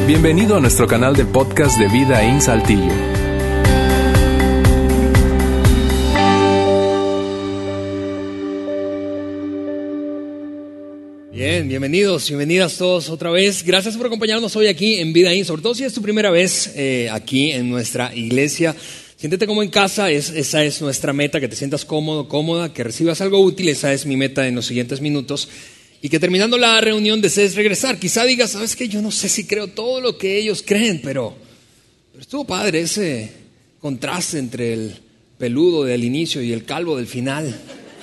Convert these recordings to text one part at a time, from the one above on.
Bienvenido a nuestro canal de podcast de Vida en Saltillo. Bien, bienvenidos, bienvenidas todos otra vez. Gracias por acompañarnos hoy aquí en Vida In, sobre todo si es tu primera vez aquí en nuestra iglesia. Siéntete como en casa, esa es nuestra meta, que te sientas cómodo, cómoda, que recibas algo útil, esa es mi meta en los siguientes minutos. Y que terminando la reunión desees regresar. Quizá digas, ¿sabes qué? Yo no sé si creo todo lo que ellos creen, pero estuvo padre ese contraste entre el peludo del inicio y el calvo del final.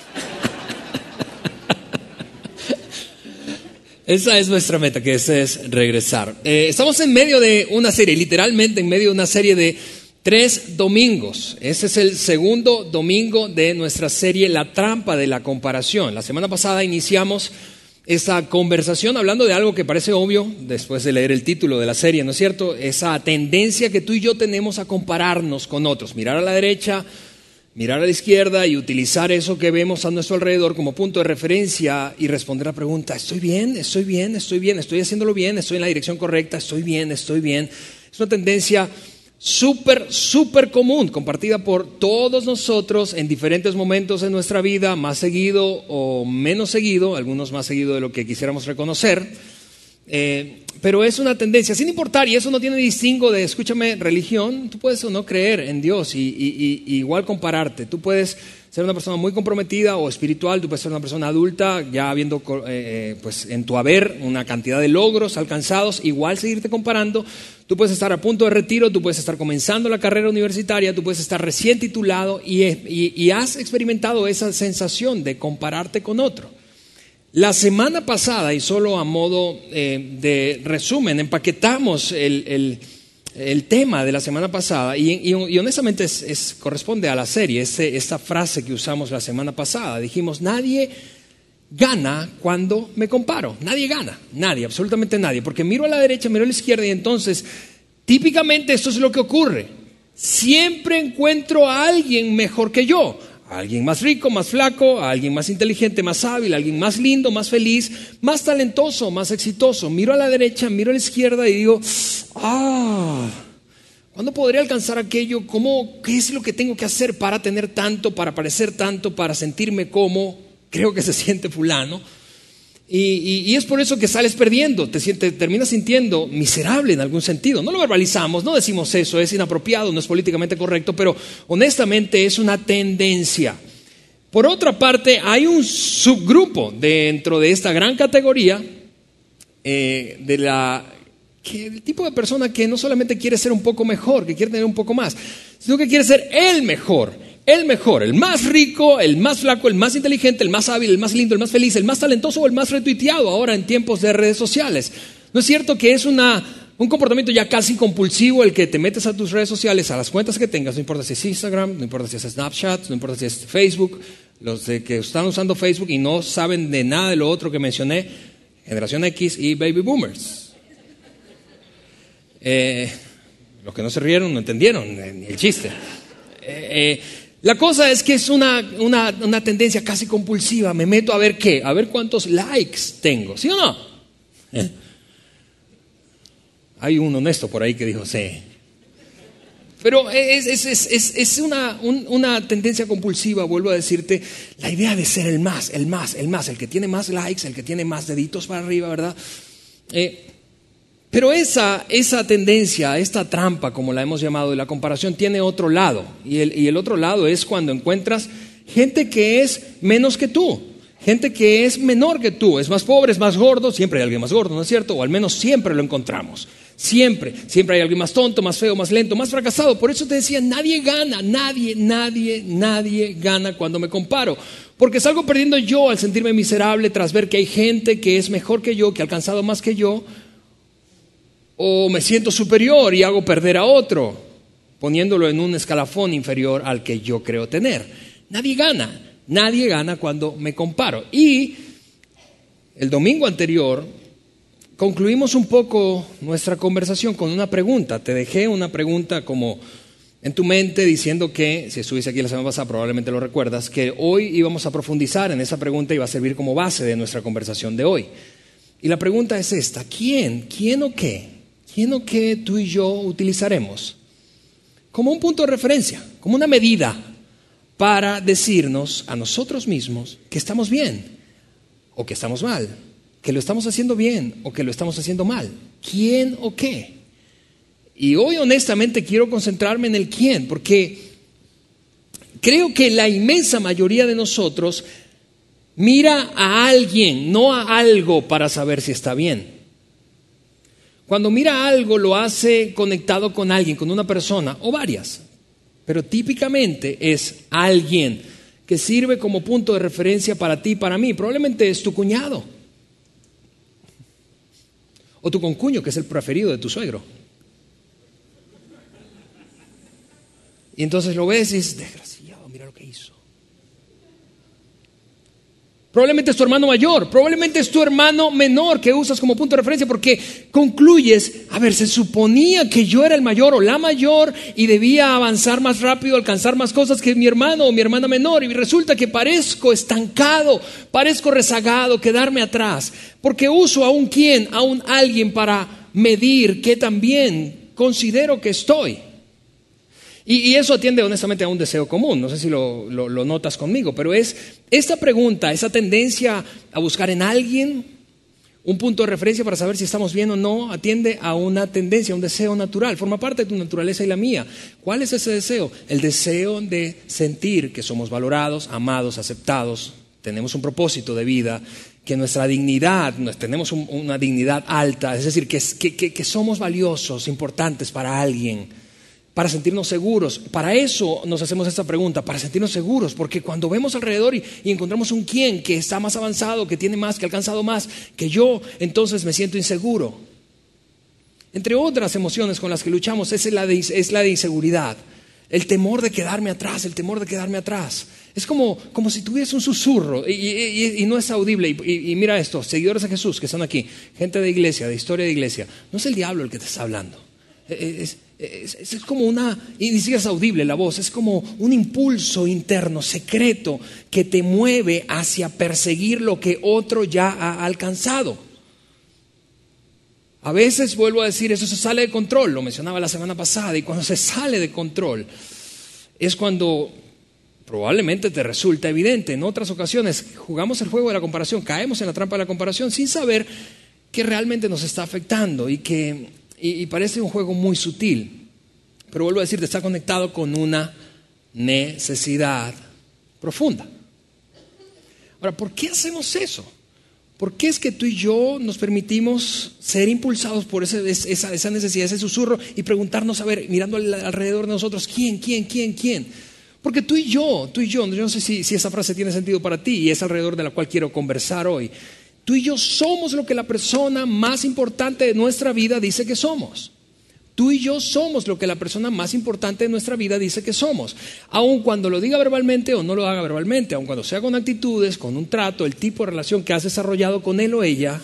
Esa es nuestra meta, que es regresar. Estamos en medio de una serie, literalmente en medio de una serie de 3 domingos. Este es el segundo domingo de nuestra serie La Trampa de la Comparación. La semana pasada iniciamos esta conversación hablando de algo que parece obvio después de leer el título de la serie, ¿no es cierto? Esa tendencia que tú y yo tenemos a compararnos con otros, mirar a la derecha, mirar a la izquierda y utilizar eso que vemos a nuestro alrededor como punto de referencia y responder la pregunta, ¿estoy bien? ¿Estoy bien? ¿Estoy bien? ¿Estoy haciéndolo bien? ¿Estoy en la dirección correcta? ¿Estoy bien? ¿Estoy bien? Es una tendencia súper común, compartida por todos nosotros en diferentes momentos de nuestra vida, más seguido o menos seguido, algunos más seguido de lo que quisiéramos reconocer. Pero es una tendencia, sin importar, y eso no tiene distingo de, escúchame, religión. Tú puedes o no creer en Dios y igual compararte. Tú puedes ser una persona muy comprometida o espiritual, tú puedes ser una persona adulta, ya habiendo pues en tu haber una cantidad de logros alcanzados, igual seguirte comparando. Tú puedes estar a punto de retiro, tú puedes estar comenzando la carrera universitaria, tú puedes estar recién titulado y has experimentado esa sensación de compararte con otro. La semana pasada, y solo a modo de resumen, empaquetamos el tema de la semana pasada y honestamente corresponde a la serie, esta frase que usamos la semana pasada. Dijimos, nadie gana cuando me comparo. Nadie gana, nadie, absolutamente nadie. Porque miro a la derecha, miro a la izquierda y entonces, típicamente esto es lo que ocurre. Siempre encuentro a alguien mejor que yo. A alguien más rico, más flaco, a alguien más inteligente, más hábil, a alguien más lindo, más feliz, más talentoso, más exitoso. Miro a la derecha, miro a la izquierda y digo, ¿cuándo podré alcanzar aquello? ¿Qué es lo que tengo que hacer para tener tanto, para parecer tanto, para sentirme como creo que se siente fulano? Y es por eso que sales perdiendo, te terminas sintiendo miserable en algún sentido. No lo verbalizamos, no decimos eso, es inapropiado, no es políticamente correcto, pero honestamente es una tendencia. Por otra parte, hay un subgrupo dentro de esta gran categoría el tipo de persona que no solamente quiere ser un poco mejor, que quiere tener un poco más, sino que quiere ser el mejor, el más rico, el más flaco, el más inteligente, el más hábil, el más lindo, el más feliz, el más talentoso o el más retuiteado ahora en tiempos de redes sociales. ¿No es cierto que es un comportamiento ya casi compulsivo el que te metes a tus redes sociales, a las cuentas que tengas? No importa si es Instagram, no importa si es Snapchat, no importa si es Facebook. Los de que están usando Facebook y no saben de nada de lo otro que mencioné, generación X y baby boomers. Los que no se rieron no entendieron ni el chiste. La cosa es que es una tendencia casi compulsiva. Me meto a ver qué, a ver cuántos likes tengo, ¿sí o no? Hay un honesto por ahí que dijo sí. Pero es una tendencia compulsiva, vuelvo a decirte, la idea de ser el más, el que tiene más likes, el que tiene más deditos para arriba, ¿verdad? Pero esa tendencia, esta trampa, como la hemos llamado, de la comparación, tiene otro lado. Y el otro lado es cuando encuentras gente que es menos que tú, gente que es menor que tú, es más pobre, es más gordo. Siempre hay alguien más gordo, ¿no es cierto? O al menos siempre lo encontramos. Siempre hay alguien más tonto, más feo, más lento, más fracasado. Por eso te decía, nadie gana, nadie gana cuando me comparo. Porque salgo perdiendo yo al sentirme miserable tras ver que hay gente que es mejor que yo, que ha alcanzado más que yo. O me siento superior y hago perder a otro, poniéndolo en un escalafón inferior al que yo creo tener. Nadie gana cuando me comparo. Y el domingo anterior concluimos un poco nuestra conversación con una pregunta. Te dejé una pregunta como en tu mente diciendo que, si estuviste aquí la semana pasada probablemente lo recuerdas, que hoy íbamos a profundizar en esa pregunta y va a servir como base de nuestra conversación de hoy. Y la pregunta es esta: ¿quién o qué ¿quién o qué tú y yo utilizaremos como un punto de referencia, como una medida para decirnos a nosotros mismos que estamos bien o que estamos mal, que lo estamos haciendo bien o que lo estamos haciendo mal? ¿Quién o qué? Y hoy honestamente quiero concentrarme en el quién, porque creo que la inmensa mayoría de nosotros mira a alguien, no a algo, para saber si está bien. Cuando mira algo lo hace conectado con alguien, con una persona o varias, pero típicamente es alguien que sirve como punto de referencia para ti y para mí. Probablemente es tu cuñado o tu concuño, que es el preferido de tu suegro. Y entonces lo ves y dices, desgraciado, mira lo que hizo. Probablemente es tu hermano mayor, probablemente es tu hermano menor que usas como punto de referencia, porque concluyes, a ver, se suponía que yo era el mayor o la mayor y debía avanzar más rápido, alcanzar más cosas que mi hermano o mi hermana menor, y resulta que parezco estancado, parezco rezagado, quedarme atrás, porque uso a un quién, a un alguien para medir qué tan bien considero que estoy. Y eso atiende honestamente a un deseo común, no sé si lo notas conmigo, pero es esta pregunta, esa tendencia a buscar en alguien un punto de referencia para saber si estamos bien o no, atiende a una tendencia, a un deseo natural, forma parte de tu naturaleza y la mía. ¿Cuál es ese deseo? El deseo de sentir que somos valorados, amados, aceptados, tenemos un propósito de vida, que nuestra dignidad, tenemos una dignidad alta, es decir, que somos valiosos, importantes para alguien. Para sentirnos seguros. Para eso nos hacemos esta pregunta, para sentirnos seguros, porque cuando vemos alrededor y encontramos un quién que está más avanzado, que tiene más, que ha alcanzado más que yo, entonces me siento inseguro. Entre otras emociones con las que luchamos es la de inseguridad, el temor de quedarme atrás, Es como si tuviese un susurro y no es audible. Y mira esto, seguidores de Jesús que están aquí, gente de iglesia, de historia de iglesia, no es el diablo el que te está hablando. Es como y ni siquiera es audible la voz, es como un impulso interno, secreto, que te mueve hacia perseguir lo que otro ya ha alcanzado. A veces, vuelvo a decir, eso se sale de control, lo mencionaba la semana pasada, y cuando se sale de control es cuando probablemente te resulta evidente. En otras ocasiones jugamos el juego de la comparación, caemos en la trampa de la comparación sin saber que realmente nos está afectando y parece un juego muy sutil, pero vuelvo a decirte, está conectado con una necesidad profunda. Ahora, ¿por qué hacemos eso? ¿Por qué es que tú y yo nos permitimos ser impulsados por esa necesidad, ese susurro, y preguntarnos, a ver, mirando alrededor de nosotros, ¿quién? Porque tú y yo, yo no sé si esa frase tiene sentido para ti, y es alrededor de la cual quiero conversar hoy. Tú y yo somos lo que la persona más importante de nuestra vida dice que somos. Tú y yo somos lo que la persona más importante de nuestra vida dice que somos. Aun cuando lo diga verbalmente o no lo haga verbalmente, aun cuando sea con actitudes, con un trato, el tipo de relación que has desarrollado con él o ella,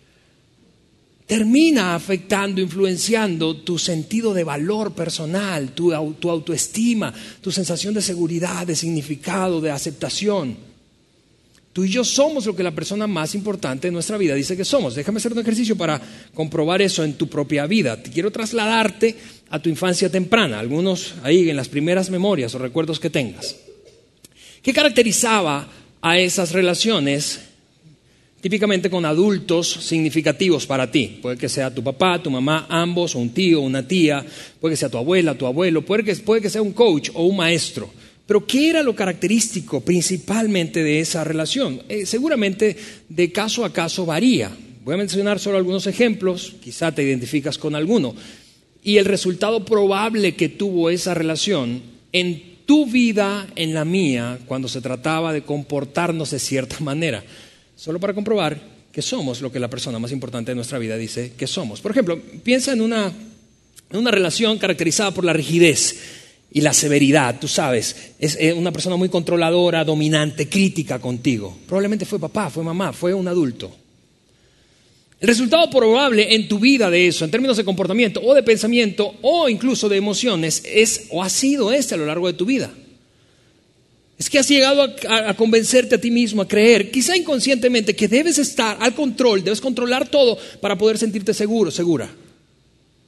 termina afectando, influenciando tu sentido de valor personal, tu autoestima, tu sensación de seguridad, de significado, de aceptación. Tú y yo somos lo que la persona más importante de nuestra vida dice que somos. Déjame hacer un ejercicio para comprobar eso en tu propia vida. Te quiero trasladarte a tu infancia temprana, algunos ahí en las primeras memorias o recuerdos que tengas. ¿Qué caracterizaba a esas relaciones típicamente con adultos significativos para ti? Puede que sea tu papá, tu mamá, ambos, o un tío, una tía, puede que sea tu abuela, tu abuelo, puede que sea un coach o un maestro. Pero ¿qué era lo característico principalmente de esa relación? Seguramente de caso a caso varía. Voy a mencionar solo algunos ejemplos, quizá te identificas con alguno. Y el resultado probable que tuvo esa relación en tu vida, en la mía, cuando se trataba de comportarnos de cierta manera. Solo para comprobar que somos lo que la persona más importante de nuestra vida dice que somos. Por ejemplo, piensa en una relación caracterizada por la rigidez y la severidad, tú sabes, es una persona muy controladora, dominante, crítica contigo. Probablemente fue papá, fue mamá, fue un adulto. El resultado probable en tu vida de eso, en términos de comportamiento o de pensamiento o incluso de emociones, es o ha sido a lo largo de tu vida. Es que has llegado a convencerte a ti mismo, a creer, quizá inconscientemente, que debes estar al control, debes controlar todo para poder sentirte seguro, segura.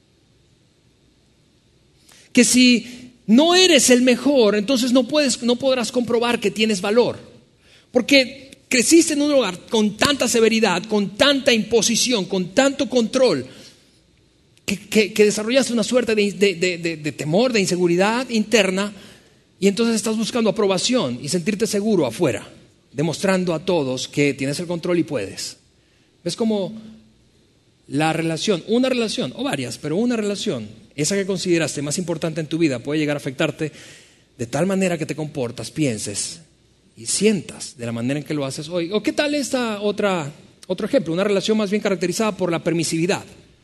que si no eres el mejor, entonces no podrás comprobar que tienes valor. Porque creciste en un hogar con tanta severidad, con tanta imposición, con tanto control, que desarrollaste una suerte de temor, de inseguridad interna, y entonces estás buscando aprobación y sentirte seguro afuera, demostrando a todos que tienes el control y puedes. ¿Ves cómo la relación, una relación, o varias, pero una relación, esa que consideraste más importante en tu vida, puede llegar a afectarte de tal manera que te comportas, pienses y sientas de la manera en que lo haces hoy? ¿O qué tal otro ejemplo? Una relación más bien caracterizada por la permisividad.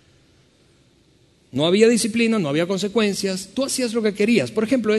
No había disciplina, no había consecuencias, tú hacías lo que querías. Por ejemplo,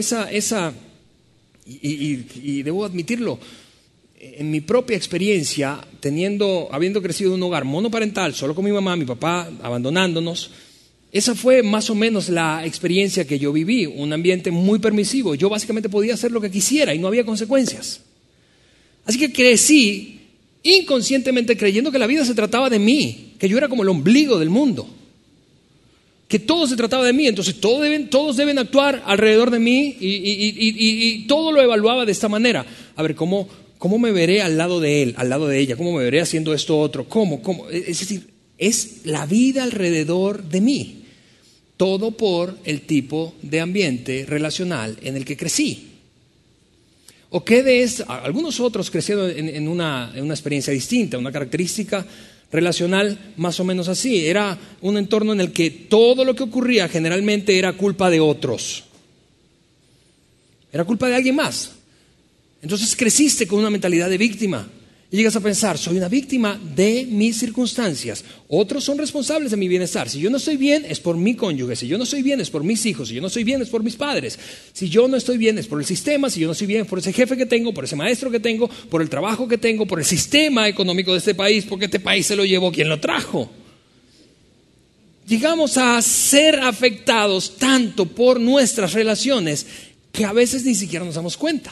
y debo admitirlo, en mi propia experiencia, habiendo crecido en un hogar monoparental, solo con mi mamá, mi papá abandonándonos, esa fue más o menos la experiencia que yo viví, un ambiente muy permisivo. Yo básicamente podía hacer lo que quisiera y no había consecuencias. Así que crecí inconscientemente creyendo que la vida se trataba de mí, que yo era como el ombligo del mundo, que todo se trataba de mí, entonces todos deben actuar alrededor de mí y todo lo evaluaba de esta manera. A ver, ¿cómo me veré al lado de él, al lado de ella? ¿Cómo me veré haciendo esto otro? ¿Cómo? Es decir, es la vida alrededor de mí. Todo por el tipo de ambiente relacional en el que crecí. ¿O qué de esto? Algunos otros crecieron en una experiencia distinta, una característica relacional más o menos así. Era un entorno en el que todo lo que ocurría generalmente era culpa de otros. Era culpa de alguien más. Entonces creciste con una mentalidad de víctima. Y llegas a pensar, soy una víctima de mis circunstancias. Otros son responsables de mi bienestar. Si yo no estoy bien, es por mi cónyuge. Si yo no estoy bien, es por mis hijos. Si yo no estoy bien, es por mis padres. Si yo no estoy bien, es por el sistema. Si yo no estoy bien, es por ese jefe que tengo, por ese maestro que tengo, por el trabajo que tengo, por el sistema económico de este país, porque este país se lo llevó quien lo trajo. Llegamos a ser afectados tanto por nuestras relaciones que a veces ni siquiera nos damos cuenta.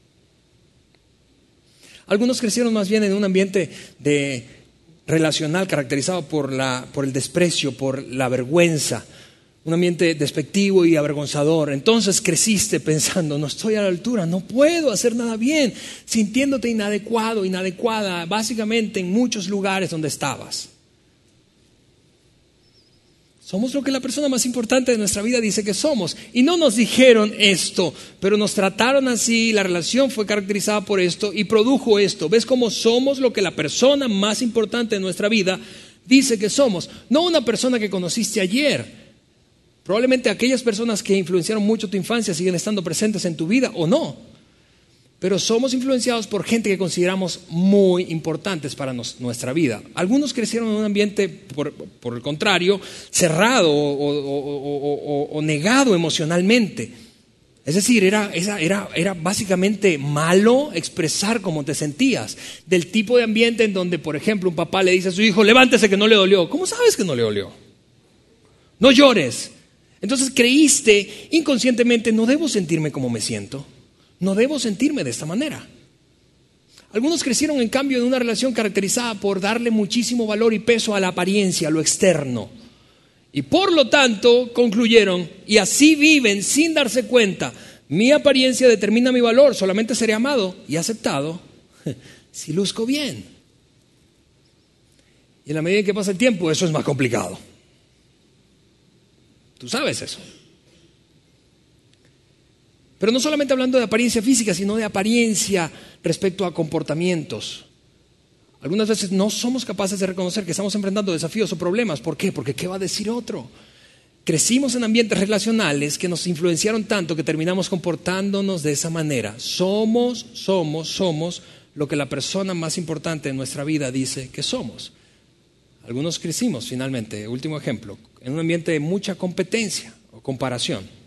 Algunos crecieron más bien en un ambiente relacional caracterizado por el desprecio, por la vergüenza, un ambiente despectivo y avergonzador. Entonces creciste pensando, no estoy a la altura, no puedo hacer nada bien, sintiéndote inadecuado, inadecuada, básicamente en muchos lugares donde estabas. Somos lo que la persona más importante de nuestra vida dice que somos. Y no nos dijeron esto, pero nos trataron así, la relación fue caracterizada por esto y produjo esto. ¿Ves cómo somos lo que la persona más importante de nuestra vida dice que somos? No una persona que conociste ayer. Probablemente aquellas personas que influenciaron mucho tu infancia siguen estando presentes en tu vida o no. Pero somos influenciados por gente que consideramos muy importantes para nuestra vida. Algunos crecieron en un ambiente, por el contrario, cerrado o negado emocionalmente. Es decir, era básicamente malo expresar cómo te sentías. Del tipo de ambiente en donde, por ejemplo, un papá le dice a su hijo, levántese que no le dolió. ¿Cómo sabes que no le dolió? No llores. Entonces creíste inconscientemente, no debo sentirme como me siento. No debo sentirme de esta manera. Algunos crecieron en cambio en una relación caracterizada por darle muchísimo valor y peso a la apariencia, a lo externo. Y por lo tanto concluyeron, y así viven sin darse cuenta, mi apariencia determina mi valor, solamente seré amado y aceptado si luzco bien. Y en la medida en que pasa el tiempo, eso es más complicado. Tú sabes eso. Pero no solamente hablando de apariencia física, sino de apariencia respecto a comportamientos. Algunas veces no somos capaces de reconocer que estamos enfrentando desafíos o problemas. ¿Por qué? Porque ¿qué va a decir otro? Crecimos en ambientes relacionales que nos influenciaron tanto que terminamos comportándonos de esa manera. Somos lo que la persona más importante en nuestra vida dice que somos. Algunos crecimos finalmente, último ejemplo, en un ambiente de mucha competencia o comparación.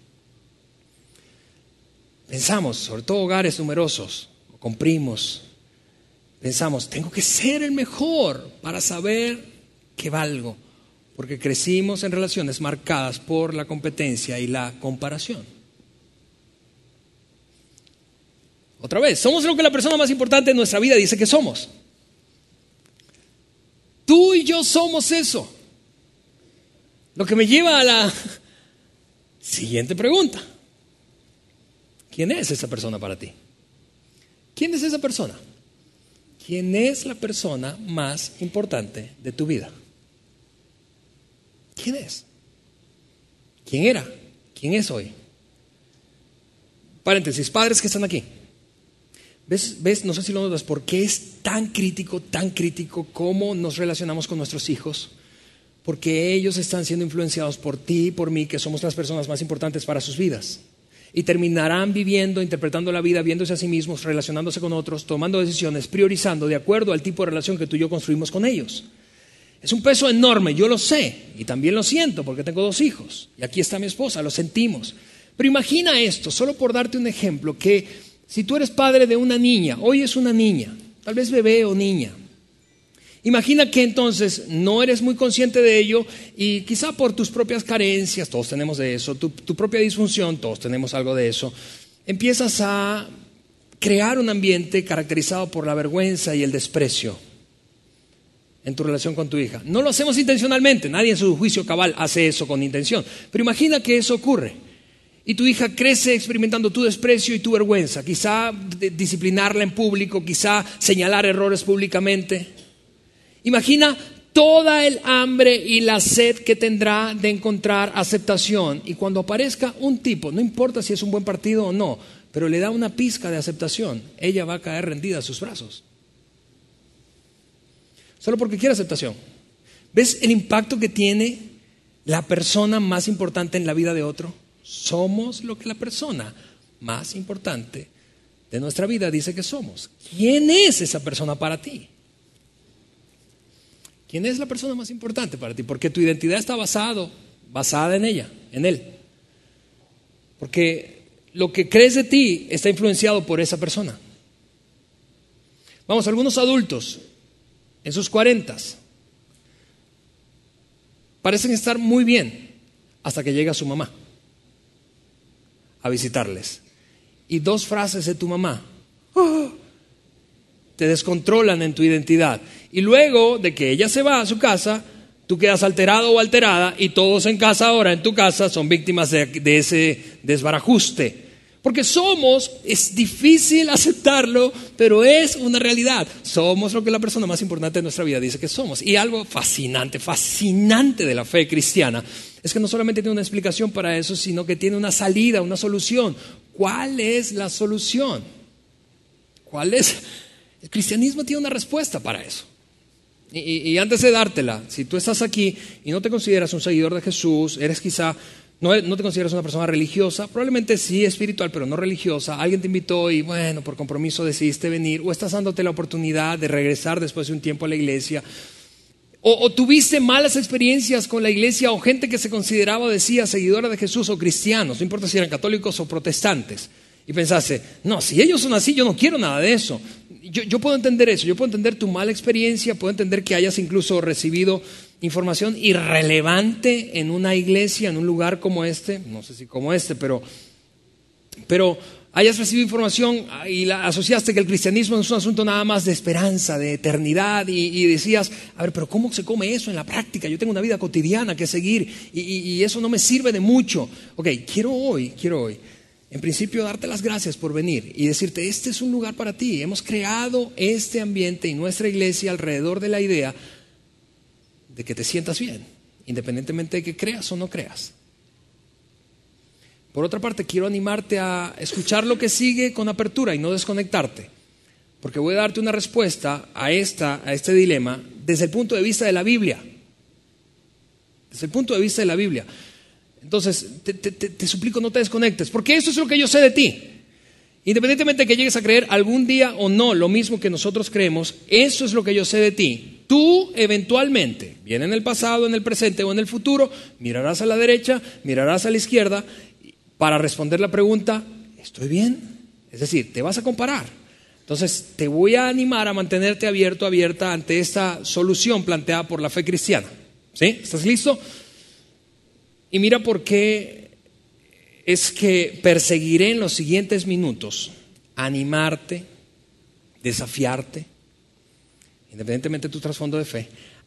Pensamos, sobre todo hogares numerosos, con primos, pensamos, tengo que ser el mejor para saber que valgo, porque crecimos en relaciones marcadas por la competencia y la comparación. Otra vez, somos lo que la persona más importante en nuestra vida dice que somos. Tú y yo somos eso. Lo que me lleva Siguiente pregunta. ¿Quién es esa persona para ti? ¿Quién es esa persona? ¿Quién es la persona más importante de tu vida? ¿Quién es? ¿Quién era? ¿Quién es hoy? Paréntesis, padres que están aquí. ¿Ves? No sé si lo notas, ¿por qué es tan crítico cómo nos relacionamos con nuestros hijos? Porque ellos están siendo influenciados por ti y por mí, que somos las personas más importantes para sus vidas. Y terminarán viviendo, interpretando la vida, viéndose a sí mismos, relacionándose con otros, tomando decisiones, priorizando de acuerdo al tipo de relación que tú y yo construimos con ellos. Es un peso enorme, yo lo sé, y también lo siento porque tengo 2 hijos. Y aquí está mi esposa, lo sentimos. Pero imagina esto, solo por darte un ejemplo, que si tú eres padre de una niña, hoy es una niña, tal vez bebé o niña. Imagina que entonces no eres muy consciente de ello y quizá por tus propias carencias, todos tenemos de eso, tu propia disfunción, todos tenemos algo de eso, empiezas a crear un ambiente caracterizado por la vergüenza y el desprecio en tu relación con tu hija. No lo hacemos intencionalmente, nadie en su juicio cabal hace eso con intención, pero imagina que eso ocurre y tu hija crece experimentando tu desprecio y tu vergüenza, quizá disciplinarla en público, quizá señalar errores públicamente. Imagina toda el hambre y la sed que tendrá de encontrar aceptación, y cuando aparezca un tipo, no importa si es un buen partido o no, pero le da una pizca de aceptación, ella va a caer rendida a sus brazos. Solo porque quiere aceptación. ¿Ves el impacto que tiene la persona más importante en la vida de otro? Somos lo que la persona más importante de nuestra vida dice que somos. ¿Quién es esa persona para ti? ¿Quién es la persona más importante para ti? Porque tu identidad está basada en ella, en él. Porque lo que crees de ti está influenciado por esa persona. Vamos, algunos adultos en sus 40s parecen estar muy bien hasta que llega su mamá a visitarles. Y 2 frases de tu mamá te descontrolan en tu identidad. Y luego de que ella se va a su casa, tú quedas alterado o alterada y todos en casa ahora, en tu casa, son víctimas de ese desbarajuste. Porque es difícil aceptarlo, pero es una realidad. Somos lo que la persona más importante de nuestra vida dice que somos. Y algo fascinante de la fe cristiana es que no solamente tiene una explicación para eso, sino que tiene una salida, una solución. ¿Cuál es la solución? ¿Cuál es? El cristianismo tiene una respuesta para eso. Y antes de dártela, si tú estás aquí y no te consideras un seguidor de Jesús, eres quizá, no te consideras una persona religiosa, probablemente sí espiritual, pero no religiosa, alguien te invitó y bueno, por compromiso decidiste venir, o estás dándote la oportunidad de regresar después de un tiempo a la iglesia, o tuviste malas experiencias con la iglesia, o gente que se consideraba o decía seguidora de Jesús o cristianos, no importa si eran católicos o protestantes, y pensaste, no, si ellos son así, yo no quiero nada de eso. Yo puedo entender eso, yo puedo entender tu mala experiencia, puedo entender que hayas incluso recibido información irrelevante en una iglesia, en un lugar como este, no sé si como este, pero hayas recibido información y la asociaste que el cristianismo es un asunto nada más de esperanza, de eternidad, y decías, a ver, pero ¿cómo se come eso en la práctica? Yo tengo una vida cotidiana que seguir y eso no me sirve de mucho. Ok, quiero hoy, en principio darte las gracias por venir y decirte, este es un lugar para ti. Hemos creado este ambiente y nuestra iglesia alrededor de la idea de que te sientas bien, independientemente de que creas o no creas. Por otra parte, quiero animarte a escuchar lo que sigue con apertura y no desconectarte, porque voy a darte una respuesta a este dilema desde el punto de vista de la Biblia. Desde el punto de vista de la Biblia. Entonces, te suplico, no te desconectes, porque eso es lo que yo sé de ti. Independientemente de que llegues a creer algún día o no lo mismo que nosotros creemos, eso es lo que yo sé de ti. Tú eventualmente, bien en el pasado, en el presente o en el futuro, mirarás a la derecha, mirarás a la izquierda para responder la pregunta, ¿estoy bien? Es decir, te vas a comparar. Entonces, te voy a animar a mantenerte abierta ante esta solución planteada por la fe cristiana. ¿Sí? ¿Estás listo? Y mira por qué es que perseguiré en los siguientes minutos animarte, desafiarte, independientemente de tu trasfondo de fe,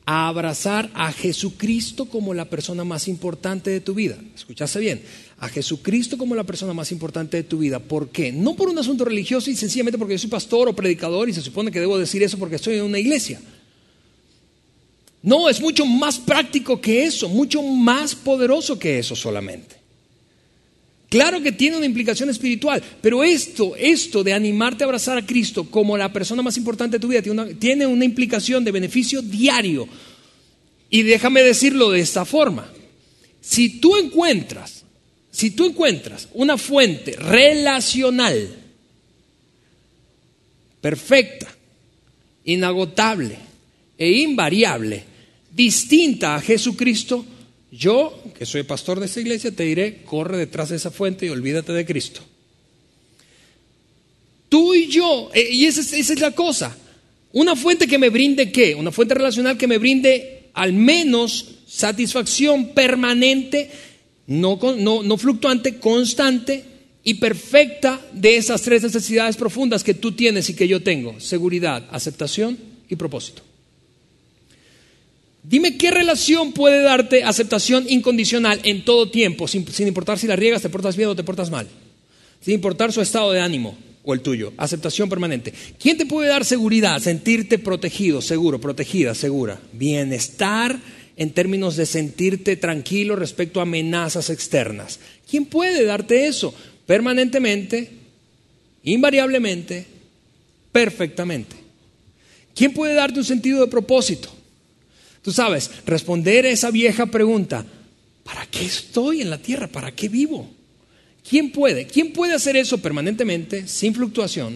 a abrazar a Jesucristo como la persona más importante de tu vida. Escuchaste bien, a Jesucristo como la persona más importante de tu vida. ¿Por qué? No por un asunto religioso y sencillamente porque yo soy pastor o predicador y se supone que debo decir eso porque estoy en una iglesia. No, es mucho más práctico que eso, mucho más poderoso que eso solamente. Claro que tiene una implicación espiritual, pero esto de animarte a abrazar a Cristo como la persona más importante de tu vida tiene una implicación de beneficio diario. Y déjame decirlo de esta forma. Si tú encuentras una fuente relacional perfecta, inagotable e invariable, distinta a Jesucristo, yo, que soy pastor de esta iglesia, te diré, corre detrás de esa fuente y olvídate de Cristo. Tú y yo, y esa es la cosa, una fuente que me brinde ¿qué? Una fuente relacional que me brinde al menos satisfacción permanente, no fluctuante, constante y perfecta de esas tres necesidades profundas que tú tienes y que yo tengo: seguridad, aceptación y propósito. Dime qué relación puede darte aceptación incondicional en todo tiempo, sin importar si la riegas, te portas bien o te portas mal, sin importar su estado de ánimo o el tuyo. Aceptación permanente. ¿Quién te puede dar seguridad? Sentirte protegido, seguro, protegida, segura. Bienestar en términos de sentirte tranquilo respecto a amenazas externas. ¿Quién puede darte eso? Permanentemente, invariablemente, perfectamente. ¿Quién puede darte un sentido de propósito? Tú sabes, responder a esa vieja pregunta: ¿para qué estoy en la tierra? ¿Para qué vivo? ¿Quién puede? ¿Quién puede hacer eso permanentemente, sin fluctuación?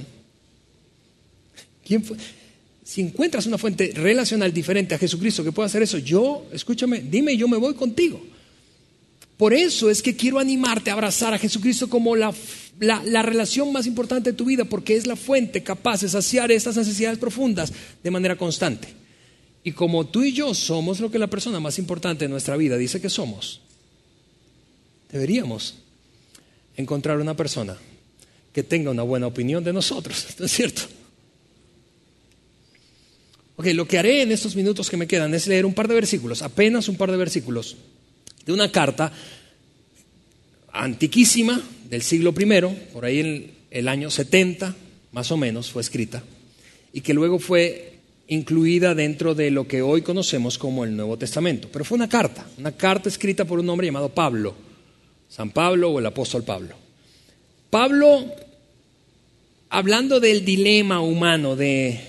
Si encuentras una fuente relacional diferente a Jesucristo que pueda hacer eso, escúchame, dime, yo me voy contigo. Por eso es que quiero animarte a abrazar a Jesucristo como la relación más importante de tu vida, porque es la fuente capaz de saciar estas necesidades profundas de manera constante. Y como tú y yo somos lo que la persona más importante de nuestra vida dice que somos, deberíamos encontrar una persona que tenga una buena opinión de nosotros, ¿no es cierto? Ok, lo que haré en estos minutos que me quedan es leer un par de versículos, apenas un par de versículos, de una carta antiquísima del siglo I, por ahí en el año 70, más o menos, fue escrita, y que luego fue incluida dentro de lo que hoy conocemos como el Nuevo Testamento. Pero fue una carta escrita por un hombre llamado Pablo, San Pablo o el apóstol Pablo. Pablo, hablando del dilema humano, de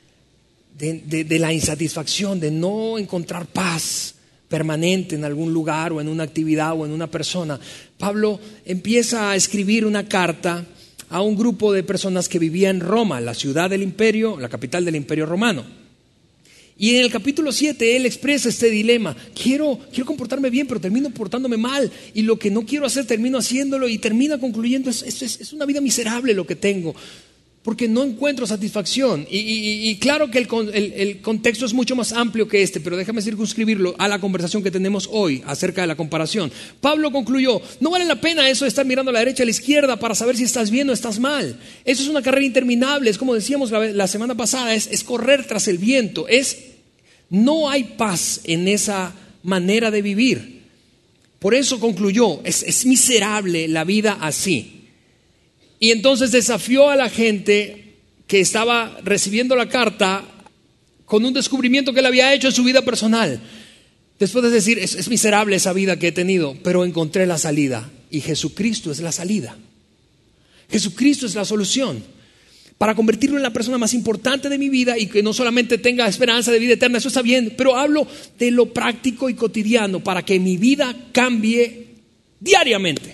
la insatisfacción, de no encontrar paz permanente en algún lugar o en una actividad o en una persona, Pablo empieza a escribir una carta a un grupo de personas que vivía en Roma, la ciudad del imperio, la capital del imperio romano. Y en el capítulo 7 él expresa este dilema: quiero comportarme bien, pero termino portándome mal, y lo que no quiero hacer termino haciéndolo, y termina concluyendo: es una vida miserable lo que tengo, porque no encuentro satisfacción. Y claro que el contexto es mucho más amplio que este, pero déjame circunscribirlo a la conversación que tenemos hoy acerca de la comparación. Pablo concluyó: no vale la pena eso de estar mirando a la derecha y a la izquierda para saber si estás bien o estás mal. Eso es una carrera interminable, es como decíamos la semana pasada, es correr tras el viento. No hay paz en esa manera de vivir. Por eso concluyó: es miserable la vida así. Y entonces desafió a la gente que estaba recibiendo la carta con un descubrimiento que él había hecho en su vida personal. Después de decir: es miserable esa vida que he tenido, pero encontré la salida. Y Jesucristo es la salida. Jesucristo es la solución para convertirlo en la persona más importante de mi vida, y que no solamente tenga esperanza de vida eterna, eso está bien, pero hablo de lo práctico y cotidiano para que mi vida cambie diariamente.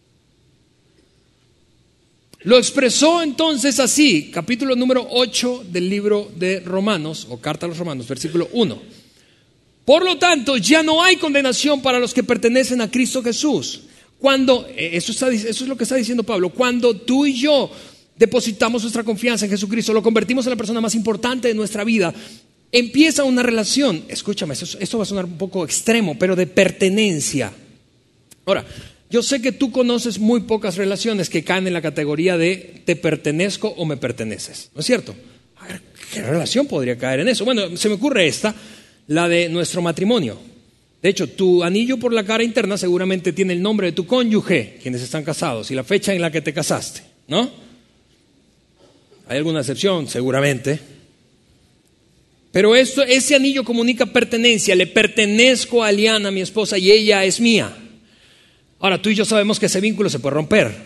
Lo expresó entonces así, capítulo número 8 del libro de Romanos, o carta a los Romanos, versículo 1. Por lo tanto, ya no hay condenación para los que pertenecen a Cristo Jesús. Eso es lo que está diciendo Pablo. Cuando tú y yo depositamos nuestra confianza en Jesucristo, lo convertimos en la persona más importante de nuestra vida, empieza una relación, escúchame, esto va a sonar un poco extremo, pero de pertenencia. Ahora, yo sé que tú conoces muy pocas relaciones que caen en la categoría de te pertenezco o me perteneces, ¿no es cierto? A ver, ¿qué relación podría caer en eso? Bueno, se me ocurre esta: la de nuestro matrimonio. De hecho, tu anillo por la cara interna seguramente tiene el nombre de tu cónyuge, quienes están casados, y la fecha en la que te casaste, ¿no? ¿Hay alguna excepción? Seguramente. Pero ese anillo comunica pertenencia. Le pertenezco a Aliana, mi esposa, y ella es mía. Ahora, tú y yo sabemos que ese vínculo se puede romper.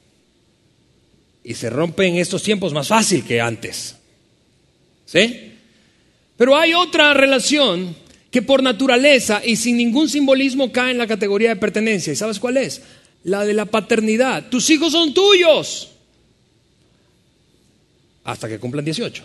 Y se rompe en estos tiempos más fácil que antes. ¿Sí? Pero hay otra relación que por naturaleza y sin ningún simbolismo cae en la categoría de pertenencia. ¿Y sabes cuál es? La de la paternidad. Tus hijos son tuyos hasta que cumplan 18.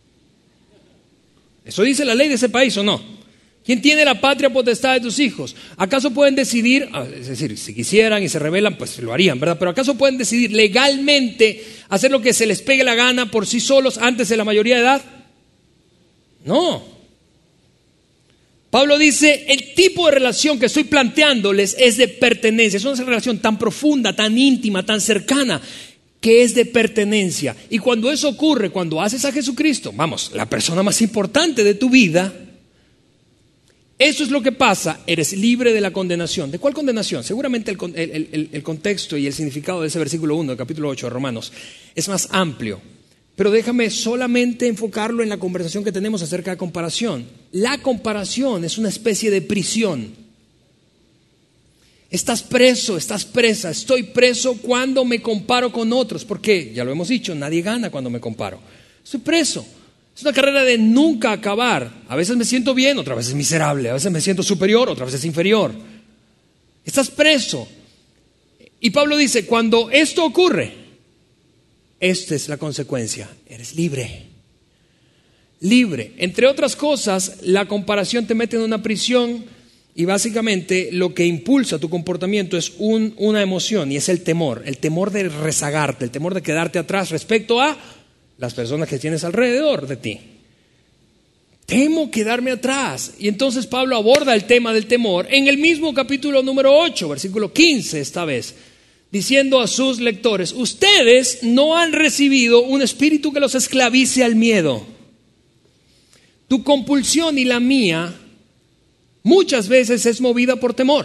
¿Eso dice la ley de ese país o no? ¿Quién tiene la patria potestad de tus hijos? ¿Acaso pueden decidir, es decir, si quisieran y se rebelan, pues lo harían, ¿verdad? Pero ¿acaso pueden decidir legalmente hacer lo que se les pegue la gana por sí solos antes de la mayoría de edad? No. Pablo dice, el tipo de relación que estoy planteándoles es de pertenencia. Es una relación tan profunda, tan íntima, tan cercana, que es de pertenencia. Y cuando eso ocurre, cuando haces a Jesucristo, vamos, la persona más importante de tu vida, eso es lo que pasa, eres libre de la condenación. ¿De cuál condenación? Seguramente el contexto y el significado de ese versículo 1 del capítulo 8 de Romanos es más amplio. Pero déjame solamente enfocarlo en la conversación que tenemos acerca de comparación. La comparación es una especie de prisión. Estás preso, estás presa, estoy preso cuando me comparo con otros. ¿Por qué? Ya lo hemos dicho, nadie gana cuando me comparo. Estoy preso. Es una carrera de nunca acabar. A veces me siento bien, otras veces miserable. A veces me siento superior, otras veces inferior. Estás preso. Y Pablo dice, cuando esto ocurre, esta es la consecuencia. Eres libre. Libre. Entre otras cosas, la comparación te mete en una prisión y básicamente lo que impulsa tu comportamiento es una emoción y es el temor de rezagarte, el temor de quedarte atrás respecto a las personas que tienes alrededor de ti. Temo quedarme atrás. Y entonces Pablo aborda el tema del temor en el mismo capítulo número 8, versículo 15 esta vez, diciendo a sus lectores, ustedes no han recibido un espíritu que los esclavice al miedo. Tu compulsión y la mía muchas veces es movida por temor.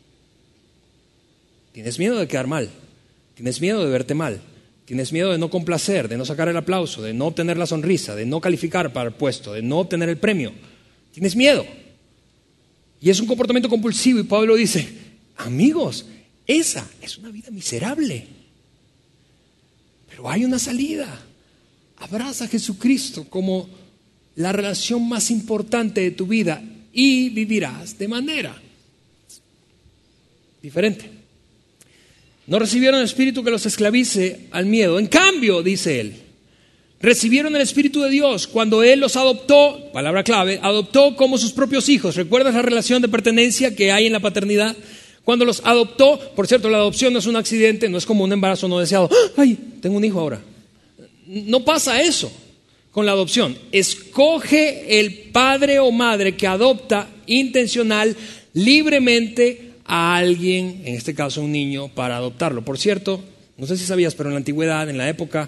Tienes miedo de quedar mal, tienes miedo de verte mal, tienes miedo de no complacer, de no sacar el aplauso, de no obtener la sonrisa, de no calificar para el puesto, de no obtener el premio. Tienes miedo. Y es un comportamiento compulsivo y Pablo dice, amigos, esa es una vida miserable. Pero hay una salida. Abraza a Jesucristo como la relación más importante de tu vida y vivirás de manera diferente. No recibieron el espíritu que los esclavice al miedo. En cambio, dice él, recibieron el Espíritu de Dios cuando Él los adoptó, palabra clave, adoptó como sus propios hijos. ¿Recuerdas la relación de pertenencia que hay en la paternidad? Cuando los adoptó, por cierto, la adopción no es un accidente, no es como un embarazo no deseado. ¡Ay, tengo un hijo ahora! No pasa eso con la adopción. Escoge el padre o madre que adopta intencional, libremente a alguien, en este caso un niño, para adoptarlo. Por cierto, no sé si sabías, pero en la antigüedad, en la época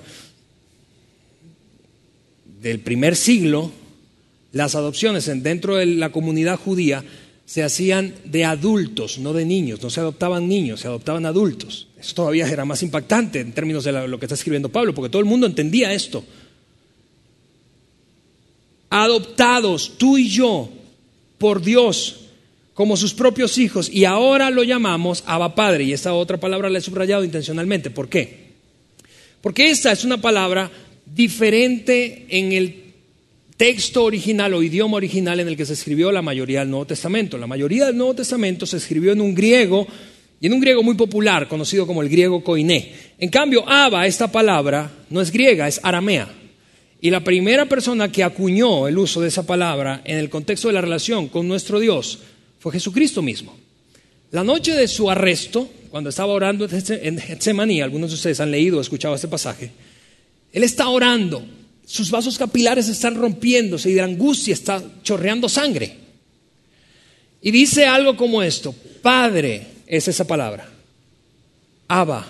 del primer siglo, las adopciones dentro de la comunidad judía se hacían de adultos, no de niños. No se adoptaban niños, se adoptaban adultos. Eso todavía era más impactante en términos de lo que está escribiendo Pablo, porque todo el mundo entendía esto. Adoptados, tú y yo, por Dios, como sus propios hijos, y ahora lo llamamos Abba Padre, y esta otra palabra la he subrayado intencionalmente. ¿Por qué? Porque esta es una palabra diferente en el texto original o idioma original en el que se escribió la mayoría del Nuevo Testamento. La mayoría del Nuevo Testamento se escribió en un griego, y en un griego muy popular, conocido como el griego koiné. En cambio, Abba, esta palabra, no es griega, es aramea. Y la primera persona que acuñó el uso de esa palabra en el contexto de la relación con nuestro Dios fue Jesucristo mismo. La noche de su arresto, cuando estaba orando en Getsemaní, algunos de ustedes han leído o escuchado este pasaje, Él está orando, sus vasos capilares están rompiéndose y de la angustia está chorreando sangre. Y dice algo como esto: Padre es esa palabra, Abba,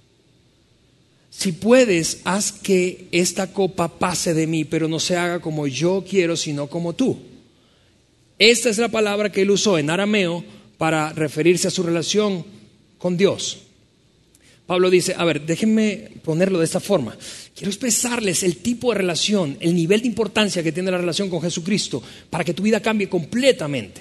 si puedes, haz que esta copa pase de mí, pero no se haga como yo quiero, sino como tú. Esta es la palabra que él usó en arameo para referirse a su relación con Dios. Pablo dice, a ver, déjenme ponerlo de esta forma. Quiero expresarles el tipo de relación, el nivel de importancia que tiene la relación con Jesucristo para que tu vida cambie completamente.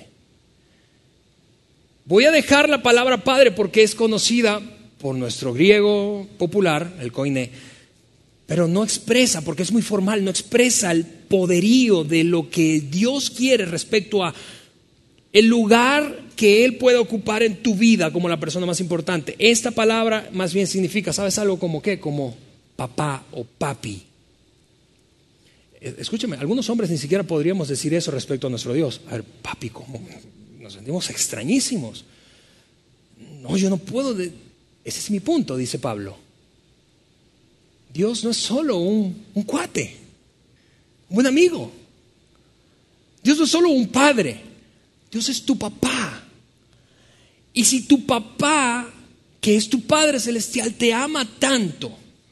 Voy a dejar la palabra padre porque es conocida por nuestro griego popular, el koiné, pero no expresa, porque es muy formal, no expresa el poderío de lo que Dios quiere respecto a el lugar que Él puede ocupar en tu vida como la persona más importante. Esta palabra más bien significa, ¿sabes algo como qué? Como papá o papi. Escúchame, algunos hombres ni siquiera podríamos decir eso respecto a nuestro Dios. A ver, papi, ¿cómo? Nos sentimos extrañísimos. No, yo no puedo. Ese es mi punto, dice Pablo. Dios no es solo un cuate, un buen amigo. Dios no es solo un padre. Dios es tu papá. Y si tu papá, que es tu Padre Celestial, te ama tanto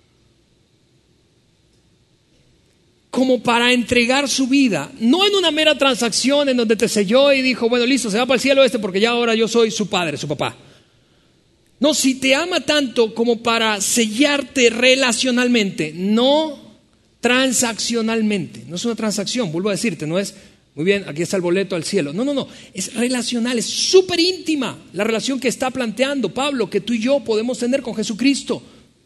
como para entregar su vida, no en una mera transacción en donde te selló y dijo, bueno, listo, se va para el cielo porque ya ahora yo soy su padre, su papá. No, si te ama tanto como para sellarte relacionalmente, no transaccionalmente. No es una transacción, vuelvo a decirte, no es, muy bien, aquí está el boleto al cielo. No, es relacional, es súper íntima la relación que está planteando Pablo, que tú y yo podemos tener con Jesucristo.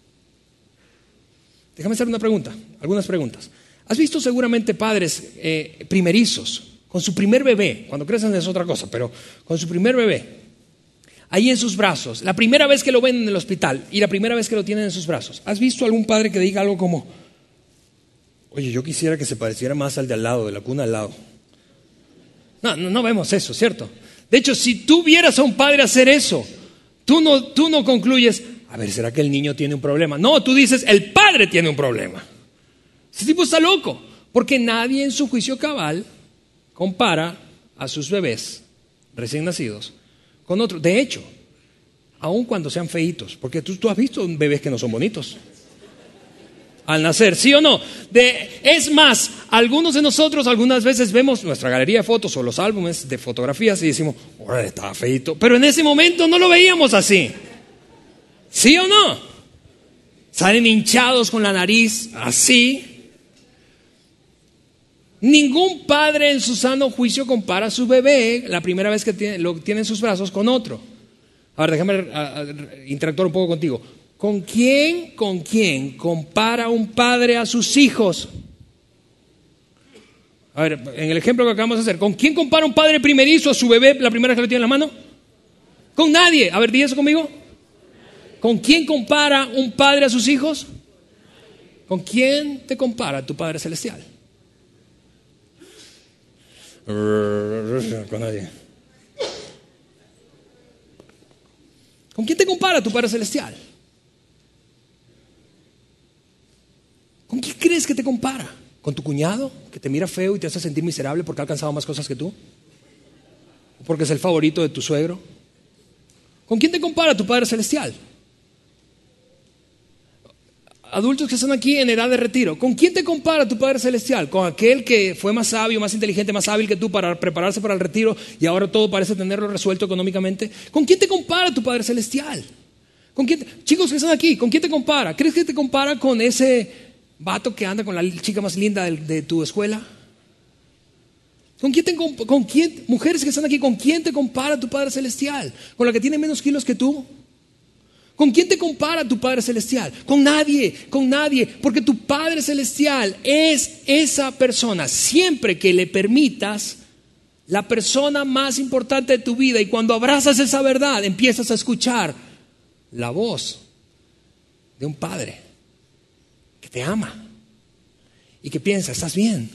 Déjame hacer una pregunta, algunas preguntas. Has visto seguramente padres primerizos, con su primer bebé, cuando crecen es otra cosa, pero con su primer bebé, ahí en sus brazos, la primera vez que lo ven en el hospital y la primera vez que lo tienen en sus brazos. ¿Has visto algún padre que diga algo como, oye, yo quisiera que se pareciera más al de al lado, de la cuna al lado? No vemos eso, ¿cierto? De hecho, si tú vieras a un padre hacer eso, tú no concluyes, a ver, ¿será que el niño tiene un problema? No, tú dices, el padre tiene un problema. Ese tipo está loco, porque nadie en su juicio cabal compara a sus bebés recién nacidos con otros. De hecho, aun cuando sean feitos, porque tú has visto bebés que no son bonitos al nacer, ¿sí o no? Es más, algunos de nosotros algunas veces vemos nuestra galería de fotos o los álbumes de fotografías y decimos, órale, estaba feito, pero en ese momento no lo veíamos así, ¿sí o no? Salen hinchados con la nariz así. Ningún padre en su sano juicio compara a su bebé la primera vez que lo tiene en sus brazos con otro. Ahora déjame interactuar un poco contigo. ¿Con quién compara un padre a sus hijos? A ver, en el ejemplo que acabamos de hacer, ¿con quién compara un padre primerizo a su bebé la primera vez que lo tiene en la mano? Con nadie. A ver, di eso conmigo. ¿Con quién compara un padre a sus hijos? ¿Con quién te compara tu Padre Celestial? Con nadie. ¿Con quién te compara tu Padre Celestial? ¿Con quién crees que te compara? ¿Con tu cuñado que te mira feo y te hace sentir miserable porque ha alcanzado más cosas que tú? ¿O porque es el favorito de tu suegro? ¿Con quién te compara tu Padre Celestial? Adultos que están aquí en edad de retiro, ¿con quién te compara tu Padre Celestial? ¿Con aquel que fue más sabio, más inteligente, más hábil que tú para prepararse para el retiro y ahora todo parece tenerlo resuelto económicamente? ¿Con quién te compara tu Padre Celestial? Chicos que están aquí, ¿con quién te compara? ¿Crees que te compara con ese vato que anda con la chica más linda de tu escuela? ¿Con quién, mujeres que están aquí, con quién te compara tu Padre Celestial? ¿Con la que tiene menos kilos que tú? ¿Con quién te compara tu Padre Celestial? Con nadie, porque tu Padre Celestial es esa persona, siempre que le permitas, la persona más importante de tu vida. Y cuando abrazas esa verdad, empiezas a escuchar la voz de un Padre que te ama y que piensa, estás bien.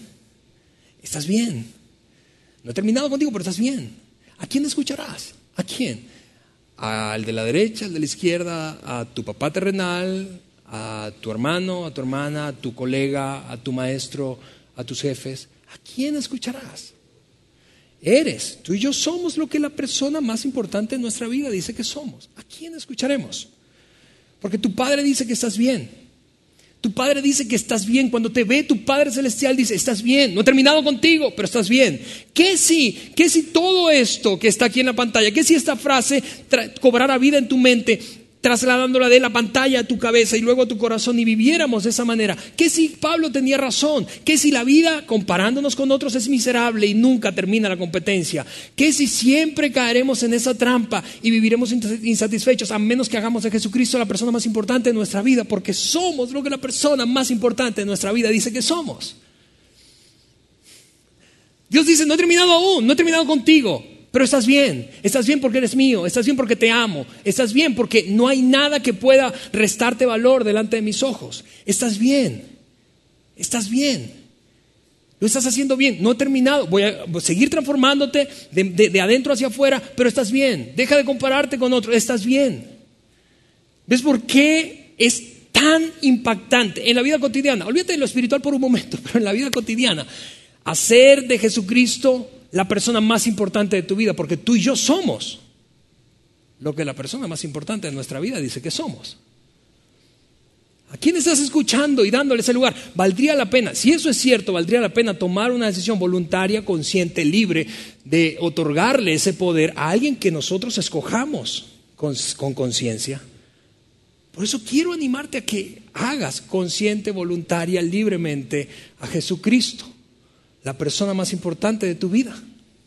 No he terminado contigo, pero estás bien. ¿A quién escucharás? ¿A quién? Al de la derecha, al de la izquierda, a tu papá terrenal, a tu hermano, a tu hermana, a tu colega, a tu maestro, a tus jefes. ¿A quién escucharás? Tú y yo somos lo que la persona más importante en nuestra vida dice que somos. ¿A quién escucharemos? Porque tu padre dice que estás bien. Tu Padre dice que estás bien. Cuando te ve tu Padre Celestial dice, estás bien. No he terminado contigo, pero estás bien. ¿Qué si todo esto que está aquí en la pantalla, qué si esta frase cobrara vida en tu mente, trasladándola de la pantalla a tu cabeza y luego a tu corazón y viviéramos de esa manera? ¿Qué si Pablo tenía razón? ¿Qué si la vida comparándonos con otros es miserable y nunca termina la competencia? ¿Qué si siempre caeremos en esa trampa y viviremos insatisfechos a menos que hagamos de Jesucristo la persona más importante de nuestra vida? Porque somos lo que la persona más importante de nuestra vida dice que somos. Dios dice, no he terminado aún, no he terminado contigo. Pero estás bien porque eres mío, estás bien porque te amo, estás bien porque no hay nada que pueda restarte valor delante de mis ojos. Estás bien, lo estás haciendo bien, no he terminado, voy a seguir transformándote de adentro hacia afuera, pero estás bien, deja de compararte con otros, estás bien. ¿Ves por qué es tan impactante en la vida cotidiana? Olvídate de lo espiritual por un momento, pero en la vida cotidiana, hacer de Jesucristo la persona más importante de tu vida, porque tú y yo somos lo que la persona más importante de nuestra vida dice que somos. ¿A quién estás escuchando y dándole ese lugar? Valdría la pena, si eso es cierto, valdría la pena tomar una decisión voluntaria, consciente, libre, de otorgarle ese poder a alguien que nosotros escojamos con conciencia. Por eso quiero animarte a que hagas consciente, voluntaria, libremente a Jesucristo la persona más importante de tu vida.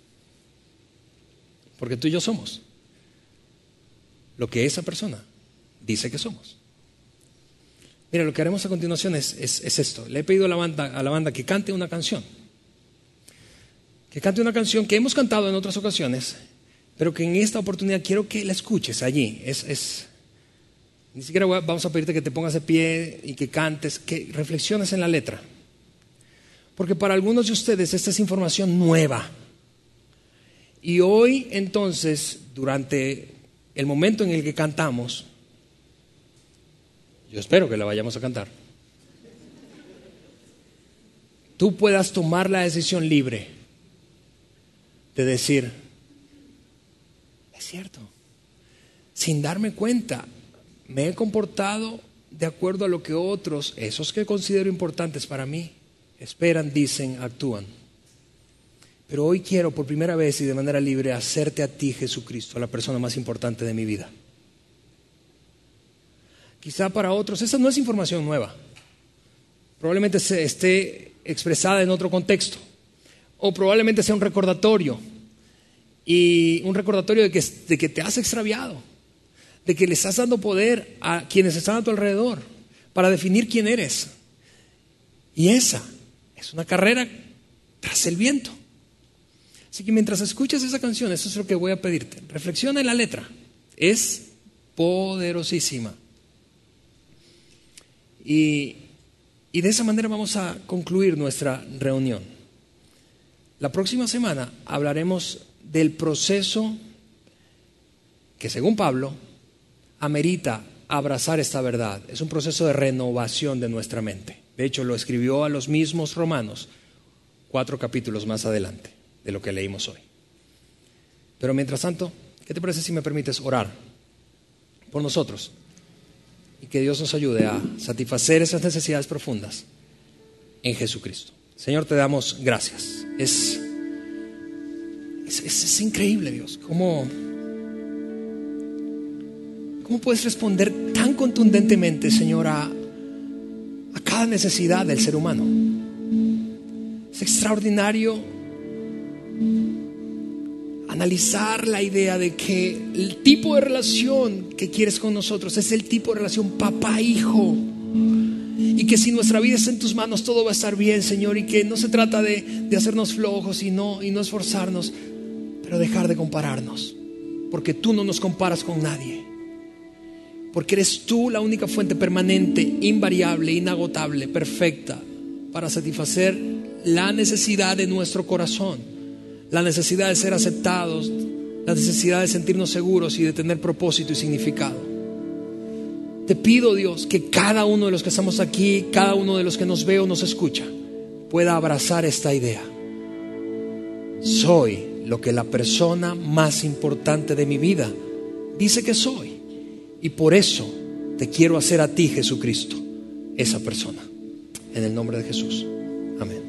Porque tú y yo somos lo que esa persona dice que somos. Mira, lo que haremos a continuación es esto. Le he pedido a la banda que cante una canción. Que cante una canción que hemos cantado en otras ocasiones, pero que en esta oportunidad quiero que la escuches allí. Ni siquiera vamos a pedirte que te pongas de pie y que cantes, que reflexiones en la letra. Porque para algunos de ustedes esta es información nueva. Y hoy entonces, durante el momento en el que cantamos, yo espero que la vayamos a cantar, tú puedas tomar la decisión libre de decir, es cierto, sin darme cuenta, me he comportado de acuerdo a lo que otros, esos que considero importantes para mí, esperan, dicen, actúan. Pero hoy quiero por primera vez y de manera libre hacerte a ti, Jesucristo, la persona más importante de mi vida. Quizá para otros esa no es información nueva. Probablemente esté expresada en otro contexto. O probablemente sea un recordatorio. Y un recordatorio de que te has extraviado. De que le estás dando poder a quienes están a tu alrededor para definir quién eres. Y esa es una carrera tras el viento. Así que mientras escuchas esa canción, eso es lo que voy a pedirte. Reflexiona en la letra. Es poderosísima. Y de esa manera vamos a concluir nuestra reunión. La próxima semana hablaremos del proceso que, según Pablo, amerita abrazar esta verdad. Es un proceso de renovación de nuestra mente. De hecho, lo escribió a los mismos romanos 4 capítulos más adelante de lo que leímos hoy. Pero mientras tanto, ¿qué te parece si me permites orar por nosotros? Y que Dios nos ayude a satisfacer esas necesidades profundas en Jesucristo. Señor, te damos gracias. Es increíble, Dios, cómo puedes responder tan contundentemente, Señor, a cada necesidad del ser humano. Es extraordinario analizar la idea de que el tipo de relación que quieres con nosotros es el tipo de relación papá-hijo, y que si nuestra vida está en tus manos todo va a estar bien, Señor, y que no se trata de hacernos flojos y no esforzarnos, pero dejar de compararnos, porque tú no nos comparas con nadie, porque eres tú la única fuente permanente, invariable, inagotable, perfecta para satisfacer la necesidad de nuestro corazón, la necesidad de ser aceptados, la necesidad de sentirnos seguros y de tener propósito y significado. Te pido, Dios, que cada uno de los que estamos aquí, cada uno de los que nos ve o nos escucha, pueda abrazar esta idea. Soy lo que la persona más importante de mi vida dice que soy, y por eso te quiero hacer a ti, Jesucristo, esa persona. En el nombre de Jesús. Amén.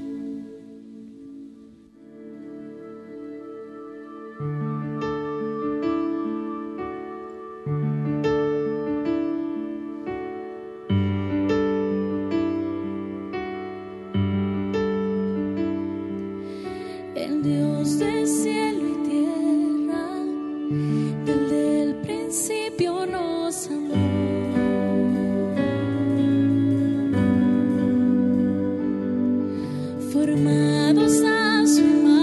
El Dios del cielo y tierra, desde el principio nos amó. Formados a su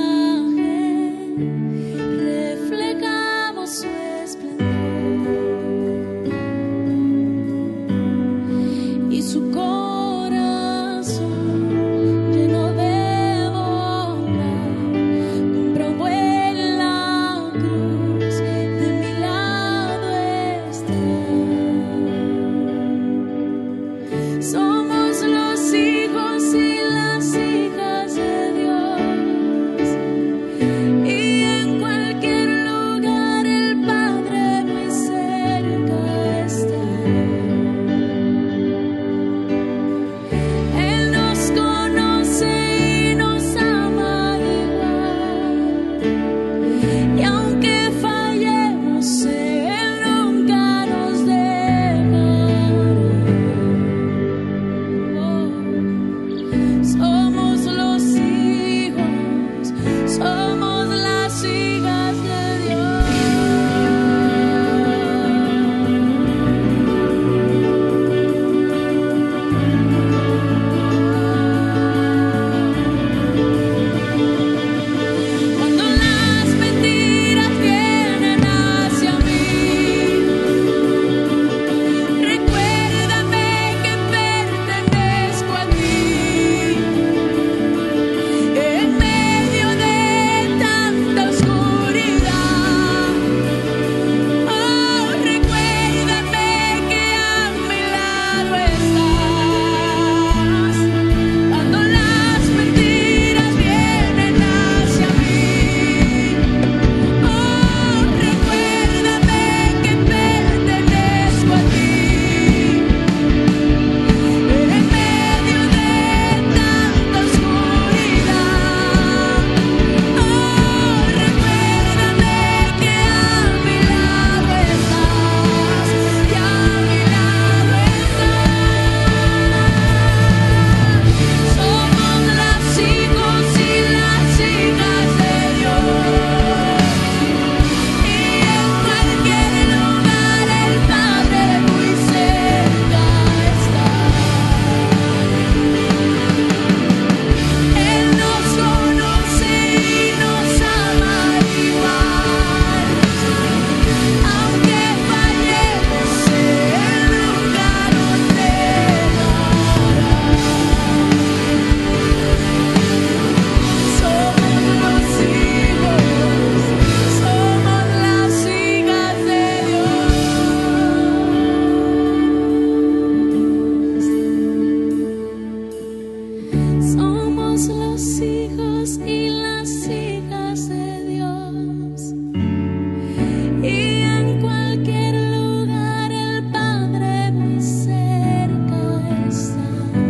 imagen, reflejamos su esplendor y su corazón lleno de bondad comprobó en la cruz, de mi lado está. Somos los hijos y las hijas de Dios, y en cualquier lugar el Padre muy cerca está. Él nos conoce y nos ama igual, y aunque fallemos, Él nunca nos dejará. Somos los hijos, somos las hijas de Dios. Cuando las mentiras vienen hacia mí, recuérdame que pertenezco a ti. En medio de tanta oscuridad, oh, recuérdame que a mi lado estás. Cuando las mentiras vienen hacia mí, oh, recuérdame que pertenezco a ti. En medio de tanta oscuridad, oh, recuérdame que a mi lado estás, y a mi lado estás. Somos los hijos y las hijas de Dios, y en cualquier lugar el Padre muy cerca está. Él nos conoce y nos ama igual, aunque fallemos, Él nunca nos dejará. Somos los hijos, somos las hijas de Dios. Somos los hijos y las hijas de Dios, y en cualquier lugar el Padre muy cerca está.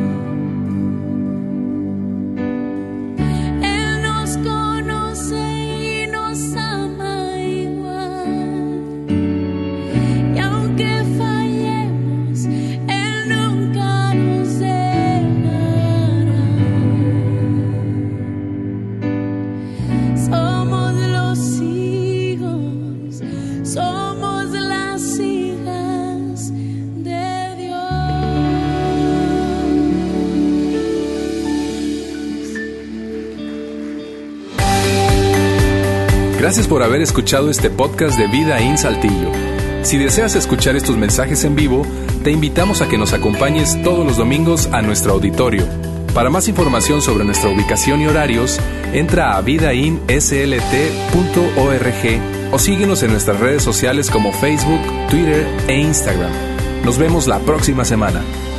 Él nos conoce y nos ama igual, y aunque fallemos, Él nunca nos dejará. Somos los hijos, somos las hijas de Dios. Gracias por haber escuchado este podcast de Vida en Saltillo. Si deseas escuchar estos mensajes en vivo, te invitamos a que nos acompañes todos los domingos a nuestro auditorio. Para más información sobre nuestra ubicación y horarios, entra a vidainslt.org o síguenos en nuestras redes sociales como Facebook, Twitter e Instagram. Nos vemos la próxima semana.